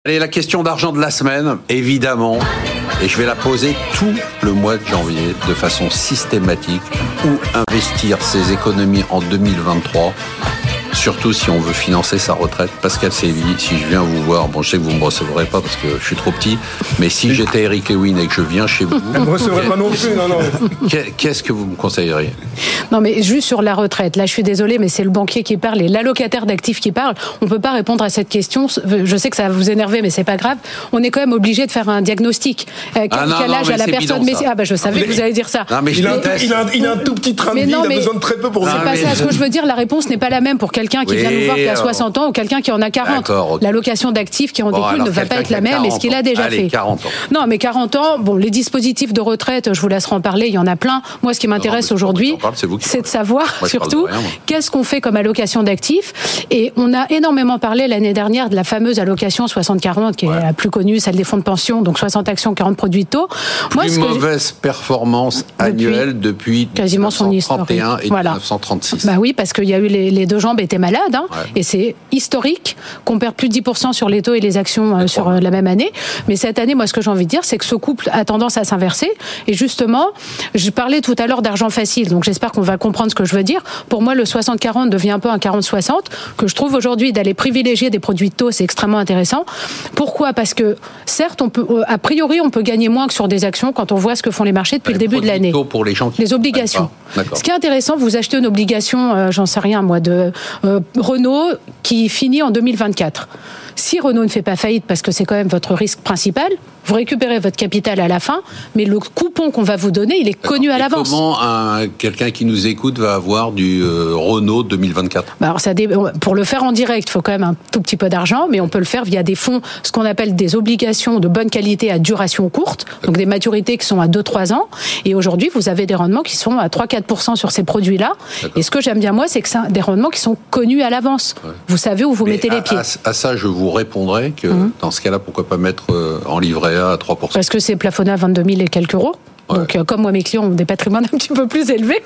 Allez, la question d'argent de la semaine, évidemment, et je vais la poser tout le mois de janvier de façon systématique. Où investir ses économies en 2023, surtout si on veut financer sa retraite? Pascal Sévy, si je viens vous voir, bon, je sais que vous ne me recevrez pas parce que je suis trop petit, mais si j'étais Eric Lewin et que je viens chez vous... Elle ne me recevrait pas non plus, non. Qu'est-ce que vous me conseilleriez? Non, mais juste sur la retraite, là je suis désolée, mais c'est le banquier qui parle et l'allocataire d'actifs qui parle. On ne peut pas répondre à cette question. Je sais que ça va vous énerver, mais c'est pas grave. On est quand même obligé de faire un diagnostic. Quel âge a la personne? Je savais que vous allez dire ça. Non, mais il a un tout petit train de vie, il a besoin de très peu pour... C'est pas ça. Ce que je veux dire, la réponse n'est pas la même pour quelqu'un qui vient nous voir qui a 60 ans ou quelqu'un qui en a 40. Okay. L'allocation d'actifs qui en découle ne va pas être la même et ce qu'il a déjà fait. 40 ans. Non, mais 40 ans, bon, les dispositifs de retraite, je vous laisserai en parler, il y en a plein. Moi, ce qui m'intéresse aujourd'hui, c'est de savoir surtout qu'est-ce qu'on fait comme allocation d'actifs. Et on a énormément parlé l'année dernière de la fameuse allocation 60-40 qui est la plus connue, celle des fonds de pension, donc 60 actions, 40 produits de taux. Plus mauvaise performance annuelle depuis quasiment son histoire. 1931 et 1936. Bah oui, parce qu'il y a eu les deux jambes étaient malades, hein, et c'est historique qu'on perd plus de 10% sur les taux et les actions sur la même année. Mais cette année, moi, ce que j'ai envie de dire, c'est que ce couple a tendance à s'inverser. Et justement, je parlais tout à l'heure d'argent facile, donc j'espère qu'on va comprendre ce que je veux dire. Pour moi, le 60-40 devient un peu un 40-60, que je trouve aujourd'hui d'aller privilégier des produits de taux, c'est extrêmement intéressant. Pourquoi ? Parce que, certes, a priori, on peut gagner moins que sur des actions quand on voit ce que font les marchés depuis le début de l'année. Pour les gens qui... Les obligations. Ce qui est intéressant, vous achetez une obligation, j'en sais rien moi, de Renault qui finit en 2024. Si Renault ne fait pas faillite, parce que c'est quand même votre risque principal, vous récupérez votre capital à la fin, mais le coupon qu'on va vous donner, il est connu à l'avance. Comment quelqu'un qui nous écoute va avoir du Renault 2024 ? Alors pour le faire en direct, il faut quand même un tout petit peu d'argent, mais on peut le faire via des fonds, ce qu'on appelle des obligations de bonne qualité à duration courte, donc des maturités qui sont à 2-3 ans. Et aujourd'hui, vous avez des rendements qui sont à 3-4% sur ces produits-là. Et ce que j'aime bien, moi, c'est que c'est des rendements qui sont connus à l'avance. Ouais. Vous savez où vous mettez les pieds. À ça, je vous répondrai que dans ce cas-là, pourquoi pas mettre en livret A à 3%? Parce que c'est plafonné à 22 000 et quelques euros. Donc, comme moi, mes clients ont des patrimoines un petit peu plus élevés.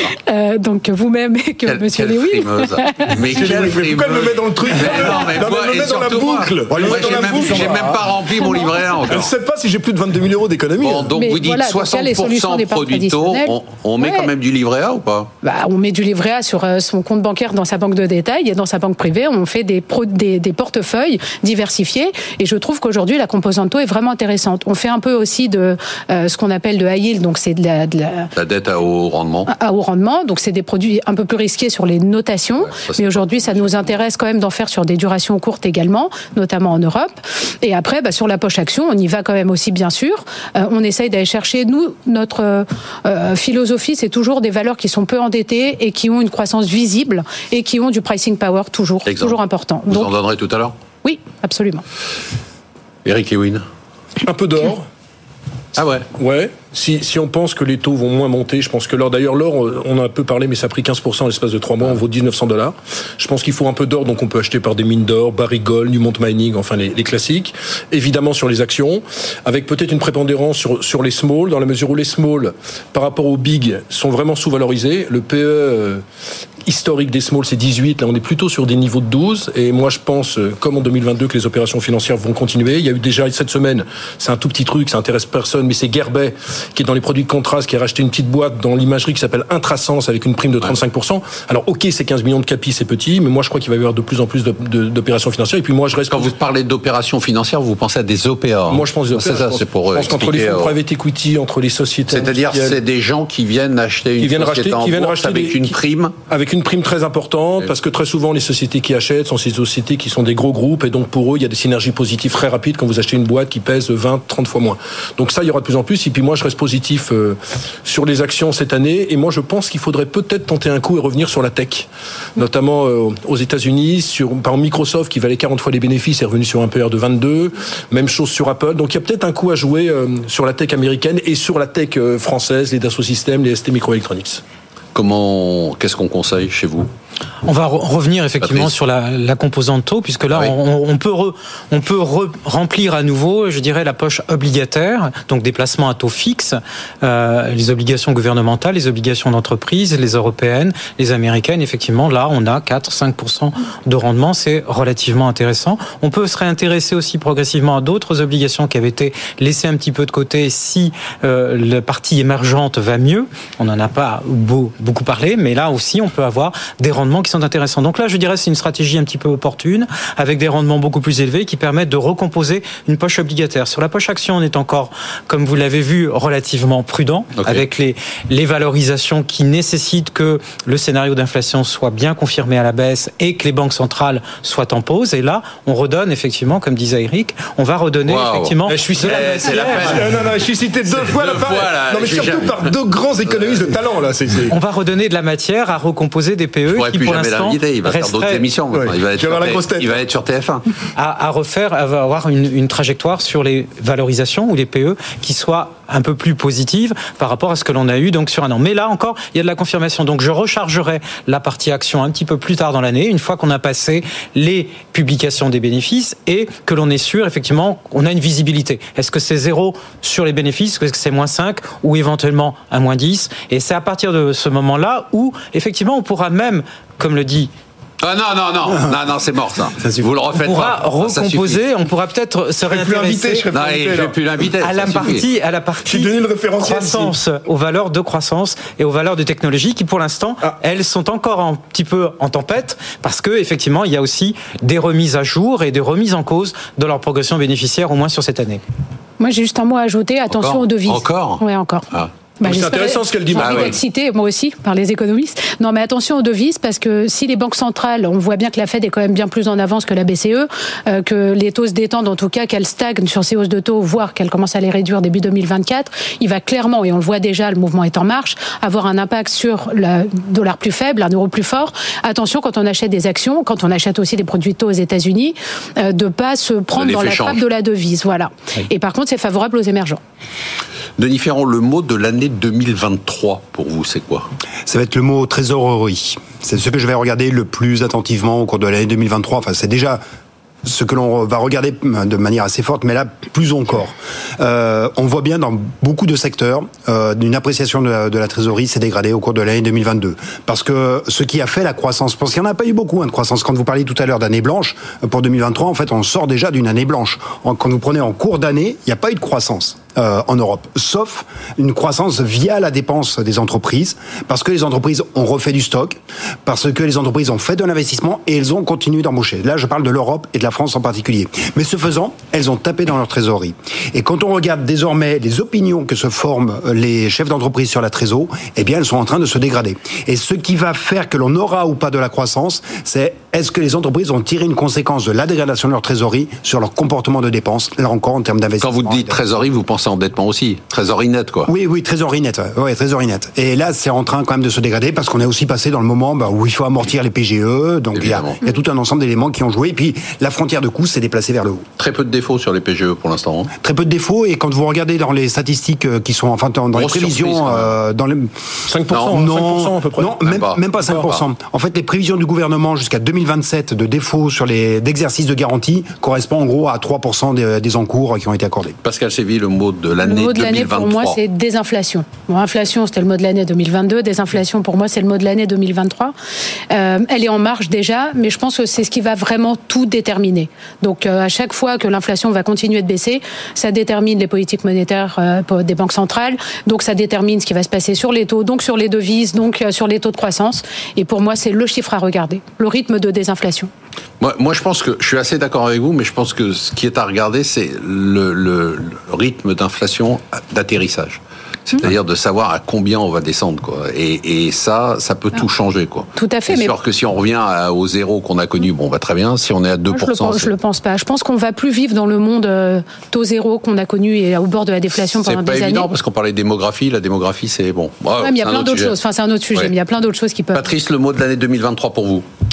Donc, vous-même et que monsieur Lewin. Mais quelle frimeuse. Pourquoi elle me met dans le truc? Mais moi, elle me met dans la boucle. J'ai même pas rempli mon livret A encore. Elle ne sait pas si j'ai plus de 22 000 euros d'économie. Bon, donc vous dites 60% de produits de taux. On met quand même du livret A ou pas? On met du livret A sur son compte bancaire dans sa banque de détail et dans sa banque privée. On fait des portefeuilles diversifiés. Et je trouve qu'aujourd'hui, la composante taux est vraiment intéressante. On fait un peu aussi de ce qu'on appelle de high yield, donc c'est de la dette à haut rendement. À haut rendement, donc c'est des produits un peu plus risqués sur les notations, mais aujourd'hui ça nous intéresse quand même d'en faire sur des durations courtes également, notamment en Europe. Et après, sur la poche action, on y va quand même aussi bien sûr. On essaye d'aller chercher, notre philosophie, c'est toujours des valeurs qui sont peu endettées et qui ont une croissance visible et qui ont du pricing power toujours important. Vous en donnerez tout à l'heure? Oui, absolument. Eric Lewin. Un peu d'or. Ah ouais. Ouais. Si on pense que les taux vont moins monter, je pense que l'or, on a un peu parlé, mais ça a pris 15% en l'espace de 3 mois, on vaut $1,900. Je pense qu'il faut un peu d'or, donc on peut acheter par des mines d'or, Barrick Gold, Newmont Mining, enfin les classiques. Évidemment sur les actions, avec peut-être une prépondérance sur les small, dans la mesure où les small, par rapport aux big, sont vraiment sous-valorisés. Le PE historique des small, c'est 18. Là, on est plutôt sur des niveaux de 12. Et moi, je pense, comme en 2022, que les opérations financières vont continuer. Il y a eu déjà cette semaine, c'est un tout petit truc, ça intéresse personne, mais c'est Gerbet, qui est dans les produits de contraste, qui a racheté une petite boîte dans l'imagerie qui s'appelle Intrasense avec une prime de 35%. Alors, ok, c'est 15 millions de capi, c'est petit, mais moi, je crois qu'il va y avoir de plus en plus d'opérations financières. Et puis moi, je reste... Quand vous parlez d'opérations financières, vous pensez à des OPA. Moi, je pense des OPA. C'est ça, c'est pour je pense qu'entre les fonds private equity, entre les sociétés... C'est-à-dire, c'est des gens qui viennent acheter une société en bourse avec une prime. Avec une prime très importante, parce que très souvent, les sociétés qui achètent sont ces sociétés qui sont des gros groupes, et donc pour eux, il y a des synergies positives très rapides quand vous achetez une boîte qui pèse 20, 30 fois moins. Donc ça, il y aura de plus en plus. Et puis moi, je reste positif sur les actions cette année. Et moi, je pense qu'il faudrait peut-être tenter un coup et revenir sur la tech, notamment aux États-Unis, par exemple, Microsoft qui valait 40 fois les bénéfices est revenu sur un PER de 22. Même chose sur Apple. Donc il y a peut-être un coup à jouer sur la tech américaine et sur la tech française, les Dassault Systèmes, les ST Microelectronics. Qu'est-ce qu'on conseille chez vous? On va revenir effectivement sur la composante taux, puisque là, on peut remplir à nouveau, je dirais, la poche obligataire, donc des placements à taux fixe, les obligations gouvernementales, les obligations d'entreprise, les européennes, les américaines. Effectivement, là, on a 4-5% de rendement, c'est relativement intéressant. On peut se réintéresser aussi progressivement à d'autres obligations qui avaient été laissées un petit peu de côté si la partie émergente va mieux. On n'en a pas beaucoup parlé, mais là aussi, on peut avoir des rendements qui sont intéressants. Donc là, je dirais, c'est une stratégie un petit peu opportune, avec des rendements beaucoup plus élevés qui permettent de recomposer une poche obligataire. Sur la poche action, on est encore, comme vous l'avez vu, relativement prudent, avec les valorisations qui nécessitent que le scénario d'inflation soit bien confirmé à la baisse et que les banques centrales soient en pause. Et là, on redonne effectivement, comme disait Eric, on va redonner effectivement. Je suis je suis cité deux fois la parole. Non, mais surtout par deux grands économistes de talent là. On va redonner de la matière à recomposer des PE qui pour l'instant il va faire d'autres émissions. Il va être sur TF1. À avoir une trajectoire sur les valorisations ou les PE qui soit un peu plus positive par rapport à ce que l'on a eu donc sur un an. Mais là encore, il y a de la confirmation. Donc je rechargerai la partie action un petit peu plus tard dans l'année, une fois qu'on a passé les publications des bénéfices et que l'on est sûr, effectivement, on a une visibilité. Est-ce que c'est 0 sur les bénéfices, est-ce que c'est moins 5 ou éventuellement un moins 10? Et c'est à partir de ce moment-là où, effectivement, on pourra même, comme le dit non, c'est mort ça. Vous le refaites pas. On pourra recomposer, on pourra peut-être se réintéresser. Je vais plus l'inviter. À la partie croissance, aux valeurs de croissance et aux valeurs de technologie qui, pour l'instant, elles sont encore un petit peu en tempête parce que effectivement, il y a aussi des remises à jour et des remises en cause de leur progression bénéficiaire, au moins sur cette année. Moi, j'ai juste un mot à ajouter. Attention aux devises. Oui, encore. C'est intéressant ce qu'elle dit. J'ai envie d'être citée, moi aussi, par les économistes. Non, mais attention aux devises, parce que si les banques centrales, on voit bien que la Fed est quand même bien plus en avance que la BCE, que les taux se détendent, en tout cas qu'elle stagne sur ces hausses de taux, voire qu'elle commence à les réduire début 2024, il va clairement, et on le voit déjà, le mouvement est en marche, avoir un impact sur le dollar plus faible, un euro plus fort. Attention, quand on achète des actions, quand on achète aussi des produits de taux aux États-Unis, de pas se prendre dans la trappe de la devise. Voilà. Oui. Et par contre, c'est favorable aux émergents. Denis Ferrand, le mot de l'année 2023, pour vous, c'est quoi? Ça va être le mot trésorerie. C'est ce que je vais regarder le plus attentivement au cours de l'année 2023. Enfin, c'est déjà ce que l'on va regarder de manière assez forte, mais là, plus encore. On voit bien dans beaucoup de secteurs, une appréciation de la trésorerie s'est dégradée au cours de l'année 2022. Parce que ce qui a fait la croissance, parce qu'il n'y en a pas eu beaucoup de croissance. Quand vous parliez tout à l'heure d'année blanche, pour 2023, en fait, on sort déjà d'une année blanche. Quand vous prenez en cours d'année, il n'y a pas eu de croissance en Europe, sauf une croissance via la dépense des entreprises, parce que les entreprises ont refait du stock, parce que les entreprises ont fait de l'investissement et elles ont continué d'embaucher. Là, je parle de l'Europe et de la France en particulier. Mais ce faisant, elles ont tapé dans leur trésorerie. Et quand on regarde désormais les opinions que se forment les chefs d'entreprise sur la trésor, eh bien, elles sont en train de se dégrader. Et ce qui va faire que l'on aura ou pas de la croissance, c'est est-ce que les entreprises vont tirer une conséquence de la dégradation de leur trésorerie sur leur comportement de dépenses, là encore en termes d'investissement. Quand vous dites trésorerie, vous pensez endettement aussi, trésorerie nette quoi. Oui, trésorerie nette. Ouais, trésorerie nette. Et là, c'est en train quand même de se dégrader parce qu'on est aussi passé dans le moment où il faut amortir les PGE. Donc il y a tout un ensemble d'éléments qui ont joué. Et puis la frontière de coût s'est déplacée vers le haut. Très peu de défauts sur les PGE pour l'instant. Hein. Très peu de défauts. Et quand vous regardez dans les statistiques qui sont dans les prévisions, dans les 5%, non, 5% à peu près. Non, même pas 5%. En fait, les prévisions du gouvernement jusqu'à 2027 de défauts sur d'exercices de garantie correspond en gros à 3% des encours qui ont été accordés. Pascal Séville, le mot de l'année 2023. Le mot de l'année pour moi, c'est désinflation. Bon, inflation, c'était le mot de l'année 2022. Désinflation, pour moi, c'est le mot de l'année 2023. Elle est en marche déjà, mais je pense que c'est ce qui va vraiment tout déterminer. Donc, à chaque fois que l'inflation va continuer de baisser, ça détermine les politiques monétaires des banques centrales. Donc, ça détermine ce qui va se passer sur les taux, donc sur les devises, donc sur les taux de croissance. Et pour moi, c'est le chiffre à regarder, le rythme de désinflation. Moi, je pense que je suis assez d'accord avec vous, mais je pense que ce qui est à regarder, c'est le rythme d'inflation d'atterrissage. C'est-à-dire de savoir à combien on va descendre, quoi. Et ça peut tout changer, quoi. Tout à fait. C'est sûr que si on revient au zéro qu'on a connu, bon, va très bien. Si on est à 2%. Je le pense pas. Je pense qu'on va plus vivre dans le monde taux zéro qu'on a connu et au bord de la déflation pendant des années. C'est pas évident parce qu'on parlait de démographie. La démographie, c'est bon. Ouais, mais il y a plein d'autres choses. Enfin, c'est un autre sujet, mais il y a plein d'autres choses qui peuvent. Patrice, le mot de l'année 2023 pour vous.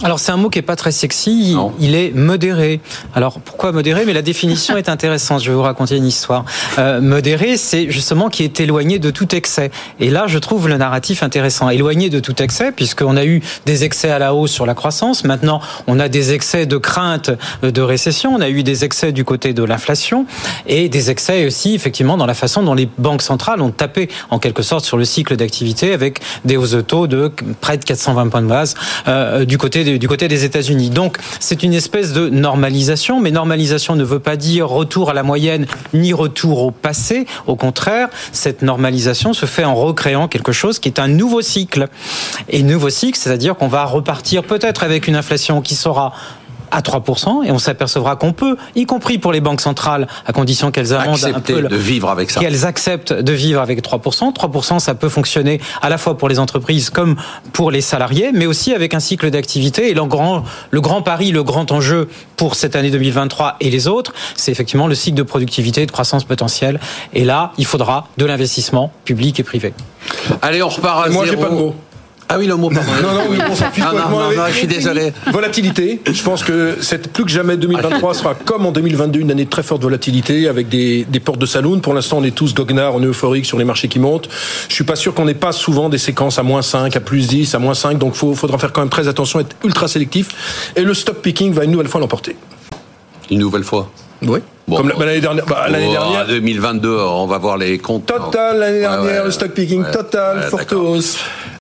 Alors c'est un mot qui est pas très sexy, il est modéré. Alors pourquoi modéré? Mais la définition est intéressante, je vais vous raconter une histoire. Modéré, c'est justement qui est éloigné de tout excès. Et là, je trouve le narratif intéressant. Éloigné de tout excès, puisqu'on a eu des excès à la hausse sur la croissance, maintenant on a des excès de crainte de récession, on a eu des excès du côté de l'inflation, et des excès aussi effectivement dans la façon dont les banques centrales ont tapé en quelque sorte sur le cycle d'activité avec des hausses de taux de près de 420 points de base du côté des États-Unis. Donc, c'est une espèce de normalisation, mais normalisation ne veut pas dire retour à la moyenne ni retour au passé. Au contraire, cette normalisation se fait en recréant quelque chose qui est un nouveau cycle. Et nouveau cycle, c'est-à-dire qu'on va repartir peut-être avec une inflation qui sera à 3%, et on s'apercevra qu'on peut, y compris pour les banques centrales, à condition qu'elles amendent un peu, de vivre avec ça. Qu'elles acceptent de vivre avec 3%. 3%, ça peut fonctionner à la fois pour les entreprises comme pour les salariés, mais aussi avec un cycle d'activité. Et le grand pari, le grand enjeu pour cette année 2023 et les autres, c'est effectivement le cycle de productivité et de croissance potentielle. Et là, il faudra de l'investissement public et privé. Allez, on repart à zéro. Moi, j'ai pas de mots. Ah oui, le mot, pardon. Non, on s'en fiche complètement. Non, je suis désolé. Volatilité. Je pense que plus que jamais 2023 sera comme en 2022 une année de très forte volatilité avec des portes de saloon. Pour l'instant, on est tous goguenards, on est euphoriques sur les marchés qui montent. Je suis pas sûr qu'on n'ait pas souvent des séquences à -5, à +10, à -5. Donc, faudra faire quand même très attention, être ultra sélectif. Et le stock picking va une nouvelle fois l'emporter. Une nouvelle fois. Oui. Bon, comme l'année dernière. L'année dernière. 2022, on va voir les comptes. Total, l'année dernière, le stock picking, total, forte hausse.